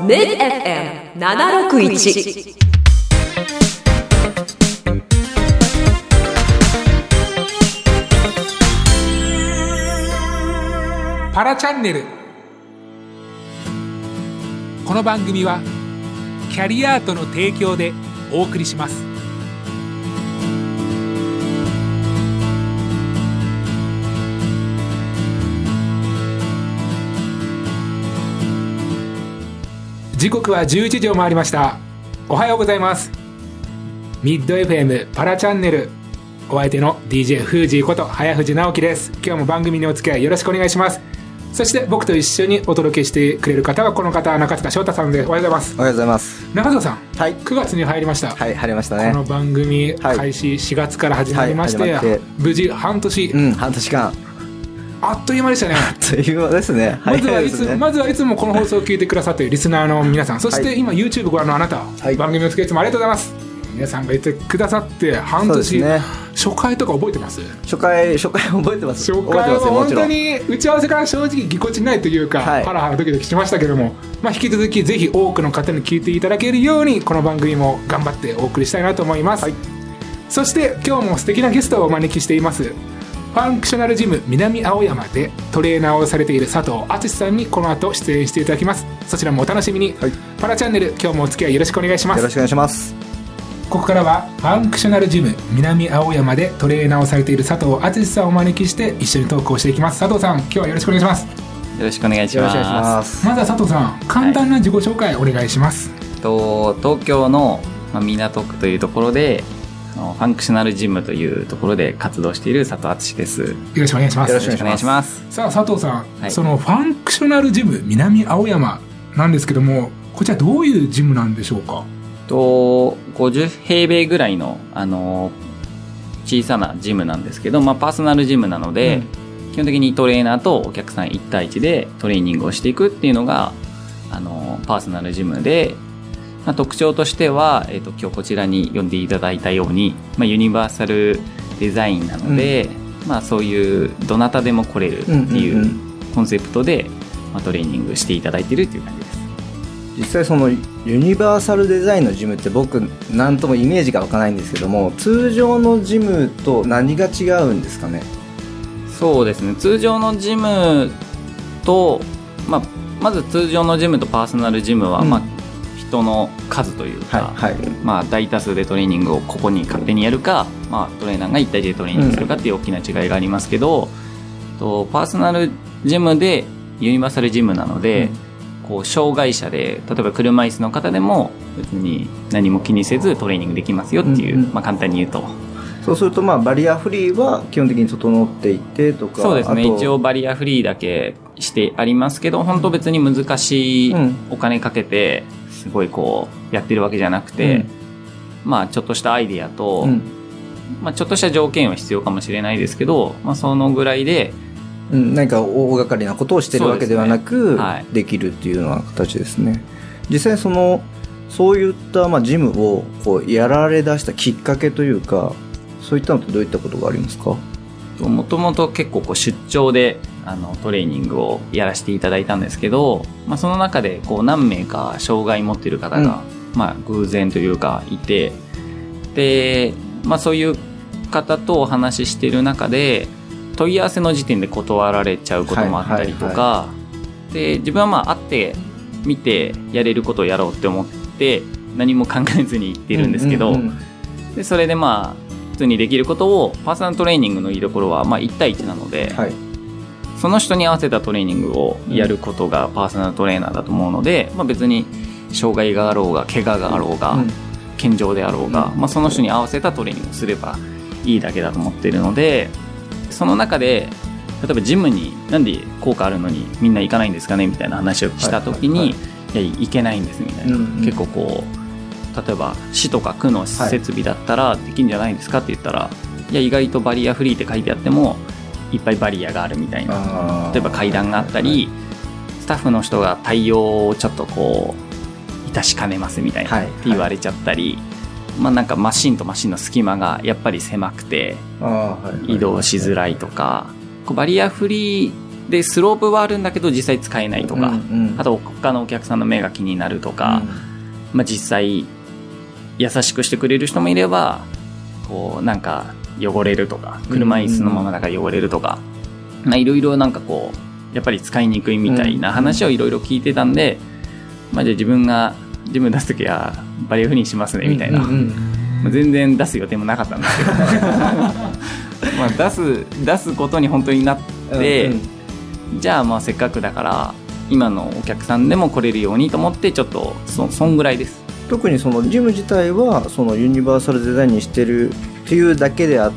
MIDFM761。 パラチャンネル。この番組はキャリアートの提供でお送りします。時刻は11時を回りました。おはようございます。ミッド FM パラチャンネル、お相手の DJ フージーこと早藤直樹です。今日も番組にお付き合いよろしくお願いします。そして僕と一緒にお届けしてくれる方はこの方、中塚翔太さんです。おはようございます。 おはようございます。 中塚さん、 はい、 9月に入りました。 はい、入りましたね。 この番組開始4月から始まりまして、 はい、 無事半年、 半年間あっという間でしたね。 あっという間ですね。 まずはいつもこの放送を聞いてくださっているリスナーの皆さん、そして今 YouTube ご覧のあなた、はい、番組の付き合いいつもありがとうございます。皆さんがいてくださって半年、ね、初回とか覚えてます？ 初回覚えてます。 初回は本当に打ち合わせから正直ぎこちないというか、はい、ハラハラドキドキしましたけども、引き続きぜひ多くの方に聞いていただけるようにこの番組も頑張ってお送りしたいなと思います、はい、そして今日も素敵なゲストをお招きしています。ファンクショナルジム南青山でトレーナーをされている佐藤敦さんにこの後出演していただきます。そちらもお楽しみに、はい、パラチャンネル、今日もお付き合いよろしくお願いします。 よろしくお願いします。 ここからはファンクショナルジム南青山でトレーナーをされている佐藤敦さんをお招きして一緒にトークをしていきます。佐藤さん、今日はよろしくお願いします。 よろしくお願いします。 まずは佐藤さん、簡単な自己紹介お願いします。 東京の港区というところでファンクショナルジムというところで活動している佐藤敦です。よろしくお願いします。 よろしくお願いします。 さあ佐藤さん、はい、そのファンクショナルジム南青山なんですけども、こちらどういうジムなんでしょうか？ 50平米ぐらいの、小さなジムなんですけど、パーソナルジムなので、基本的にトレーナーとお客さん1対1でトレーニングをしていくっていうのがパーソナルジムで、特徴としては、今日こちらに呼んでいただいたように、ユニバーサルデザインなので、そういうどなたでも来れるっていうコンセプトで、トレーニングしていただいているっていう感じです。 実際そのユニバーサルデザインのジムって僕なんともイメージが湧かないんですけども、通常のジムと何が違うんですかね？ そうですね、通常のジムと、まず通常のジムとパーソナルジムは、人の数というか、大多数でトレーニングをここに勝手にやるか、トレーナーが1対1でトレーニングするかっていう大きな違いがありますけど、パーソナルジムでユニバーサルジムなので、障害者で例えば車椅子の方でも別に何も気にせずトレーニングできますよっていう、簡単に言うと、 そうするとバリアフリーは基本的に整っていてとか。 そうですね、一応バリアフリーだけしてありますけど、本当別に難しいお金かけてすごいやってるわけじゃなくて、ちょっとしたアイデアと、ちょっとした条件は必要かもしれないですけど、そのぐらいで何か大掛かりなことをしてるわけではなく、できるっていうような形ですね。実際そういったジムをやられ出したきっかけというか、そういったのってどういったことがありますか？ もともと結構出張でトレーニングをやらせていただいたんですけど、その中で何名か障害持っている方が、偶然というかいて、で、そういう方とお話ししている中で問い合わせの時点で断られちゃうこともあったりとか、で自分は会ってみてやれることをやろうって思って何も考えずに行ってるんですけど、でそれで普通にできることを、パーソナルトレーニングのいいところは1対1なので、その人に合わせたトレーニングをやることがパーソナルトレーナーだと思うので、別に障害があろうが怪我があろうが、健常であろうが、その人に合わせたトレーニングをすればいいだけだと思っているので、その中で例えばジムになんで効果あるのにみんな行かないんですかねみたいな話をした時に、いや行けないんですみたいな、結構例えば市とか区の設備だったらできるんじゃないですかって言ったら、いや意外とバリアフリーって書いてあってもいっぱいバリアがあるみたいな、例えば階段があったり、スタッフの人が対応をちょっと致しかねますみたいなって言われちゃったり、なんかマシンとマシンの隙間がやっぱり狭くて移動しづらいとか、バリアフリーでスロープはあるんだけど実際使えないとか、あと他のお客さんの目が気になるとか、実際優しくしてくれる人もいればこうなんか汚れるとか、車椅子のままだから汚れるとか、いろいろなんかこうやっぱり使いにくいみたいな話をいろいろ聞いてたんで、じゃあ自分がジム出すときはバリアフリーにしますねみたいな、全然出す予定もなかったんですけど出すことに本当になって、じゃあせっかくだから今のお客さんでも来れるようにと思ってちょっとそんぐらいです。 特にそのジム自体はそのユニバーサルデザインにしてるっていうだけであって、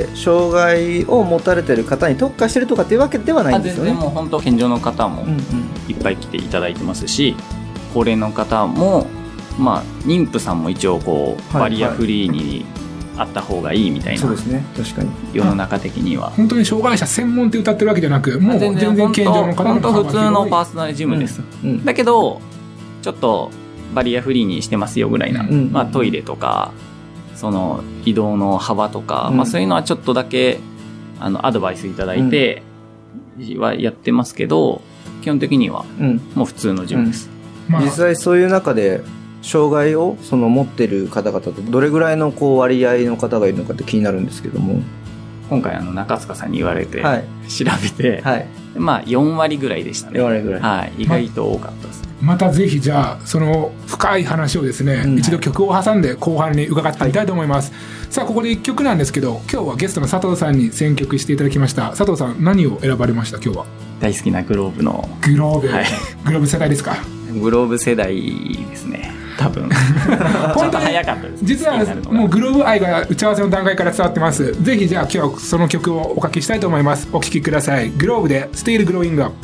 障害を持たれてる方に特化してるとかっていうわけではないんですよね。 全然もう本当健常の方もいっぱい来ていただいてますし、高齢の方も妊婦さんも一応こうバリアフリーにあった方がいいみたいな、 そうですね、確かに世の中的には本当に障害者専門って歌ってるわけじゃなく、もう全然健常の方本当普通のパーソナルジムです、だけどちょっとバリアフリーにしてますよぐらいな、トイレとかその移動の幅とか、そういうのはちょっとだけアドバイスいただいてはやってますけど、基本的にはもう普通のジムです、 実際そういう中で障害をその持ってる方々とどれぐらいのこう割合の方がいるのかって気になるんですけども、 今回中塚さんに言われて調べて、4割ぐらいでしたね。 4割ぐらい、意外と多かったです。 またぜひじゃあその深い話をですね、一度曲を挟んで後半に伺ってみたいと思います、さあここで1曲なんですけど、今日はゲストの佐藤さんに選曲していただきました。佐藤さん何を選ばれました？今日は大好きなグローブのグローブ、グローブ世代ですか？ グローブ世代ですね、多分ちょっと早かったです。 実はもうグローブ愛が打ち合わせの段階から伝わってます。ぜひじゃあ今日はその曲をおかけしたいと思います。お聴きください。グローブで Still Growing Up。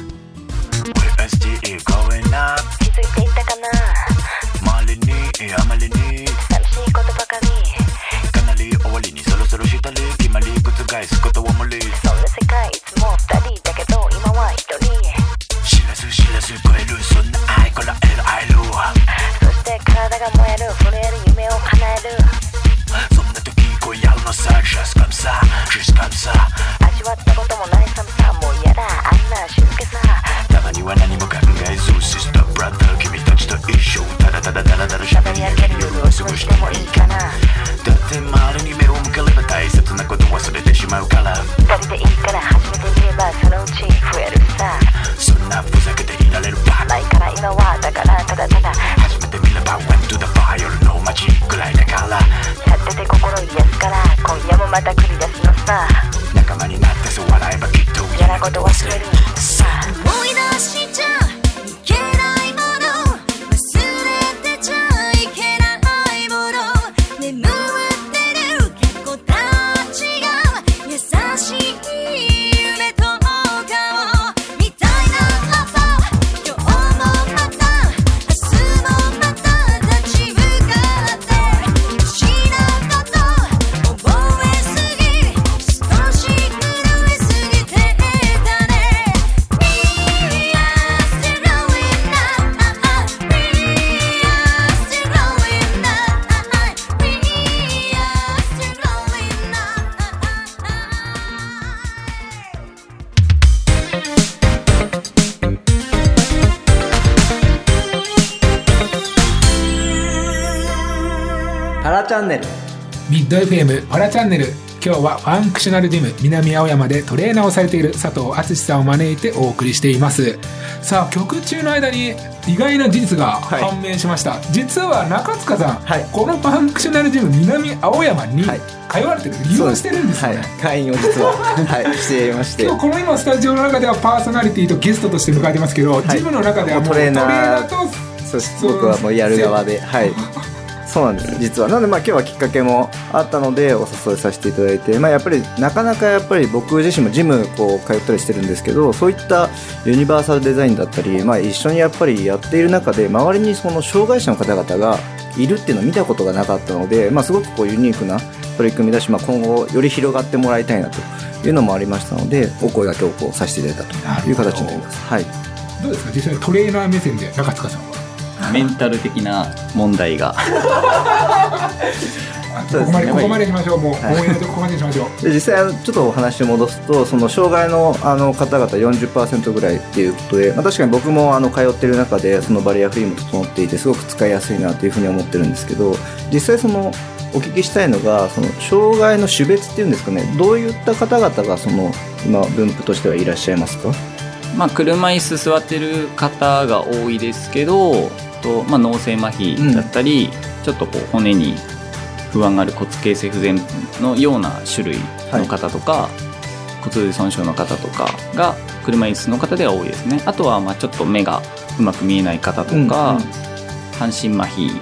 気づいていたかな、周りにあまりに寂しいことばかり、かなり終わりにそろそろしたり決まり覆すことは無理、そんな世界いつも二人だけど今は一人、知らず超えるそんな愛こらえる愛る、そして体が燃える震える夢を叶える、そんな時こうやるのさ、Just comeさ Just comeさ、味わったこともない寒さ、もう嫌だあんな静けさ、たまには何も考えず Sister Brother 君たちと一緒、ただただだらだら喋り上げる夜を過ごしてもいいかな、だって周りに目を向ければ大切なこと忘れてしまうから、二人でいいから始めてみればそのうち増えるさ、そんなふざけていられる場ないから今は、だからただただ始めてみれば Went to the bar 夜の街ぐらいだから、立ってて心癒すから今夜もまた繰り出すのさ、仲間になってそう笑えばきっと嫌なこと忘れるさ、思い出しちゃいけないもの、忘れてちゃいけないもの、眠ってる子たちが優しい夢と顔みたいな朝、今日もまた明日もまた立ち向かってしなこと覚えすぎ、少し震えすぎてたね、 We are still growing up, We are still growing up, We are still growing up。 パラチャンネルミッド FM パラチャンネル、今日はファンクショナルジム南青山でトレーナーをされている佐藤敦さんを招いてお送りしています。さあ曲中の間に意外な事実が判明しました、実は中塚さん、このファンクショナルジム南青山に通われてる、利用してるんですよね。 会員を実は、していまして、 今日この今スタジオの中ではパーソナリティとゲストとして迎えてますけど、ジムの中ではもうトレーナーと、 そして僕はもうやる側で、そうなんです、実は。なので今日はきっかけもあったのでお誘いさせていただいて、やっぱりなかなかやっぱり僕自身もジムこう通ったりしてるんですけど、そういったユニバーサルデザインだったり、一緒にやっぱりやっている中で周りにその障害者の方々がいるっていうのを見たことがなかったので、すごくこうユニークな取り組みだし、今後より広がってもらいたいなというのもありましたので、お声掛けをこうさせていただいたという形になります。 どうですか実際トレーナー目線で中塚さんは。 メンタル的な問題がここまでにしましょう。もう応援とここまでにしましょう。 で実際ちょっとお話を戻すと、その障害の方々 40% ぐらいっていうことで、確かに僕も通ってる中でそのバリアフリーも整っていてすごく使いやすいなというふうに思ってるんですけど、実際そのお聞きしたいのが、その障害の種別っていうんですかね、どういった方々がその今分布としてはいらっしゃいますか？ 車椅子座ってる方が多いですけど、脳性麻痺だったり、ちょっとこう骨に不安がある骨形成不全のような種類の方とか、骨髄損傷の方とかが車椅子の方では多いですね。あとはちょっと目がうまく見えない方とか、半身麻痺、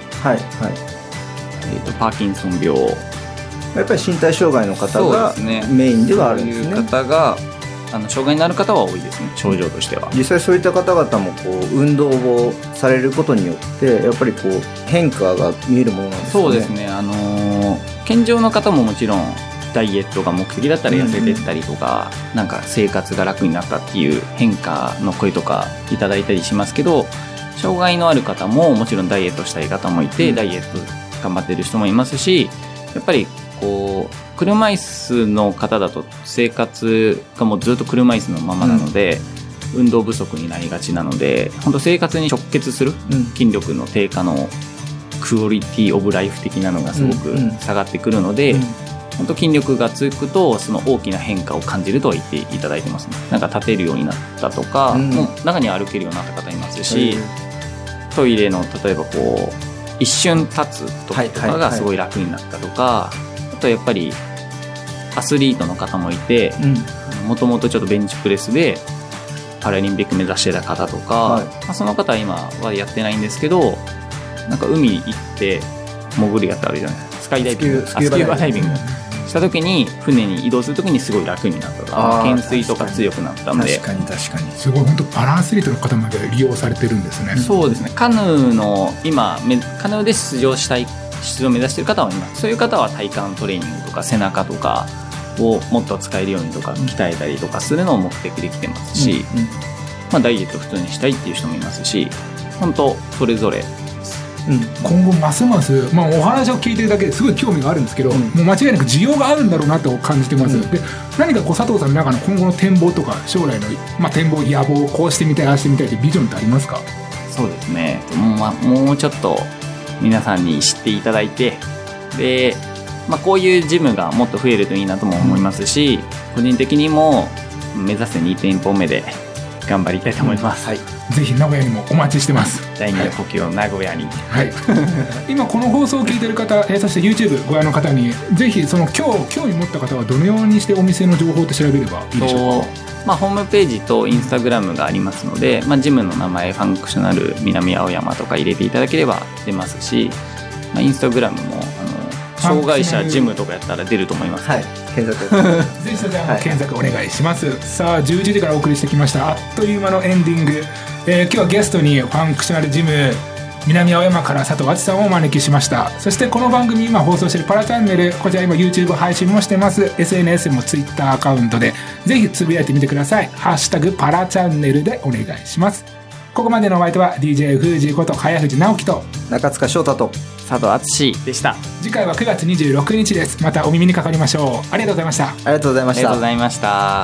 パーキンソン病、 やっぱり身体障害の方がメインではあるんですね。 そういう方が障害になる方は多いですね、症状としては。 実際そういった方々もこう運動をされることによってやっぱりこう変化が見えるものなんですかね。 そうですね、健常の方ももちろんダイエットが目的だったら痩せてったりとか、なんか生活が楽になったっていう変化の声とかいただいたりしますけど、障害のある方ももちろんダイエットしたい方もいて、ダイエット頑張ってる人もいますし、やっぱりこう車椅子の方だと生活がもうずっと車椅子のままなので、運動不足になりがちなので、本当生活に直結する筋力の低下のクオリティオブライフ的なのがすごく下がってくるので、本当筋力がつくとその大きな変化を感じるとは言っていただいてますね。なんか立てるようになったとか、もう中には歩けるようになった方いますし、トイレの例えばこう一瞬立つ時とかがすごい楽になったとか、あとやっぱりアスリートの方もいて、もともとちょっとベンチプレスでパラリンピック目指してた方とか、その方は今はやってないんですけど、なんか海行って潜るやつあるじゃないですか、スカイダイビング、スキューバダイビングした時に船に移動する時にすごい楽になったとか、懸垂とか強くなったので、 確かにすごい本当パラアスリートの方まで利用されてるんですね。 そうですね、カヌーの今カヌーで出場を目指している方はいます。そういう方は体幹トレーニングとか背中とかをもっと使えるようにとか鍛えたりとかするのを目的で来てますし、ダイエット普通にしたいっていう人もいますし、本当それぞれ。 今後ますます、お話を聞いてるだけですごい興味があるんですけど、もう間違いなく需要があるんだろうなと感じてます。で、何か佐藤さんの中の今後の展望とか将来の、展望、野望、こうしてみたいああしてみたいってビジョンってありますか？ そうですね、もうちょっと皆さんに知っていただいて、で、こういうジムがもっと増えるといいなとも思いますし、個人的にも目指せ2店舗目で頑張りたいと思います。 ぜひ名古屋にもお待ちしてます。 第2の故郷名古屋に。 今この放送を聞いている方、そして YouTube ご覧の方にぜひその興味持った方はどのようにしてお店の情報って調べればいいでしょうか？ ホームページとインスタグラムがありますので、ジムの名前ファンクショナル南青山とか入れていただければ出ますし、インスタグラムも障害者ジムとかやったら出ると思います。 検索ぜひそれでは検索お願いします。さあ11時からお送りしてきましたあっという間のエンディング、今日はゲストにファンクショナルジム南青山から佐藤敦さんをお招きしました。そしてこの番組今放送しているパラチャンネル、こちら今 YouTube 配信もしてます。 SNS も Twitter アカウントでぜひつぶやいてみてください。ハッシュタグパラチャンネルでお願いします。ここまでのお相手は DJ フージーこと早藤直樹と中塚翔太と佐藤敦でした。 次回は9月26日です。またお耳にかかりましょう。ありがとうございました。 ありがとうございました。 ありがとうございました。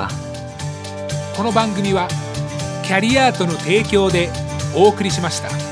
この番組はキャリアートの提供でお送りしました。